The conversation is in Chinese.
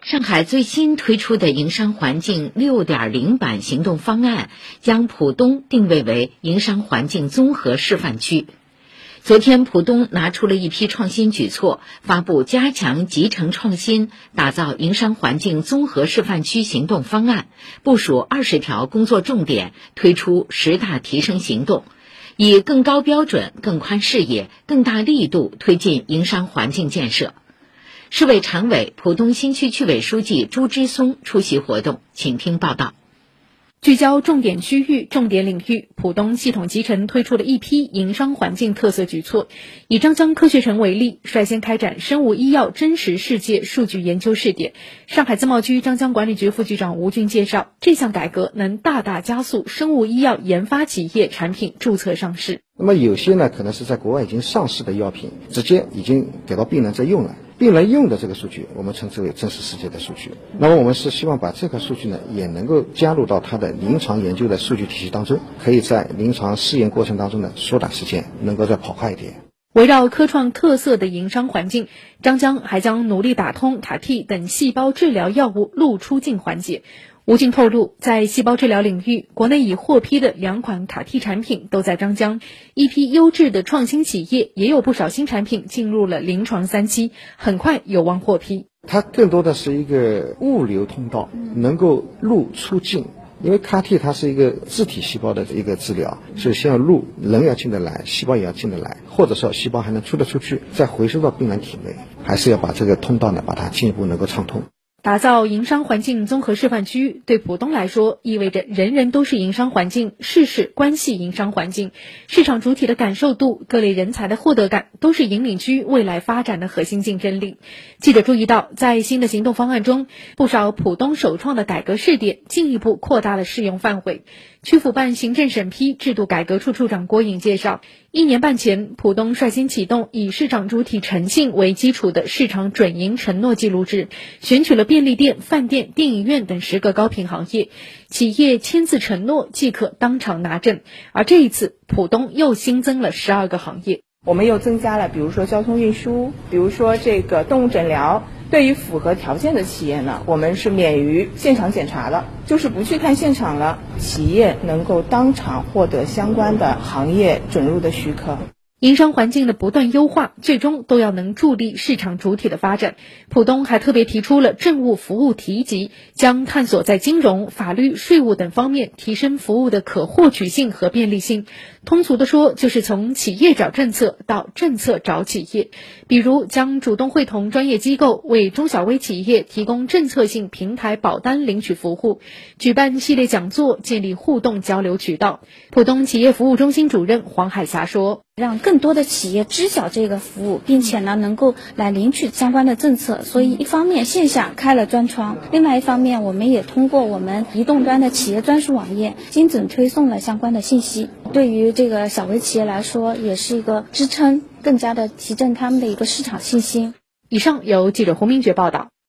上海最新推出的营商环境 6.0 版行动方案将浦东定位为营商环境综合示范区。昨天，浦东拿出了一批创新举措，发布加强集成创新，打造营商环境综合示范区行动方案，部署20条工作重点，推出10大提升行动，以更高标准、更宽视野、更大力度推进营商环境建设。市委常委、浦东新区区委书记朱之松出席活动，请听报道。 聚焦重点区域、重点领域，浦东系统集成推出了一批营商环境特色举措。以张江科学城为例，率先开展生物医药真实世界数据研究试点。上海自贸区张江管理局副局长吴军介绍，这项改革能大大加速生物医药研发企业产品注册上市。 那么有些呢，可能是在国外已经上市的药品，直接已经给到病人在用了。病人用的这个数据，我们称之为真实世界的数据。那么我们是希望把这个数据呢，也能够加入到它的临床研究的数据体系当中，可以在临床试验过程当中呢缩短时间，能够再跑快一点。 围绕科创特色的营商环境，张江还将努力打通CAR-T等细胞治疗药物入出境环节。吴军透露，在细胞治疗领域，国内已获批的2款CAR-T产品都在张江，一批优质的创新企业也有不少新产品进入了临床3期，很快有望获批。 它更多的是一个物流通道，能够入出境。因为 CAR-T 它是一个自体细胞的一个治疗，所以先要入，人要进得来，细胞也要进得来，或者说细胞还能出得出去，再回收到病人体内，还是要把这个通道呢，把它进一步能够畅通。 打造营商环境综合示范区，对浦东来说意味着人人都是营商环境，事事关系营商环境。市场主体的感受度、各类人才的获得感，都是引领区未来发展的核心竞争力。记者注意到，在新的行动方案中，不少浦东首创的改革试点进一步扩大了适用范围。区府办行政审批制度改革处处长郭颖介绍，1年半前，浦东率先启动以市场主体诚信为基础的市场准营承诺记录制，选取了便利店、饭店、电影院等10个高频行业，企业签字承诺即可当场拿证。而这一次，浦东又新增了12个行业。 我们又增加了，比如说交通运输，比如说这个动物诊疗。对于符合条件的企业呢，我们是免于现场检查的，就是不去看现场了，企业能够当场获得相关的行业准入的许可。 营商环境的不断优化，最终都要能助力市场主体的发展。浦东还特别提出了政务服务提级，将探索在金融、法律、税务等方面提升服务的可获取性和便利性。通俗的说，就是从企业找政策到政策找企业。比如将主动会同专业机构为中小微企业提供政策性平台保单领取服务，举办系列讲座，建立互动交流渠道。浦东企业服务中心主任黄海霞说， 让更多的企业知晓这个服务，并且呢能够来领取相关的政策。所以一方面线下开了专窗，另外一方面我们也通过我们移动端的企业专属网页精准推送了相关的信息。对于这个小微企业来说，也是一个支撑，更加的提振他们的一个市场信心。 以上由记者胡明珏报道。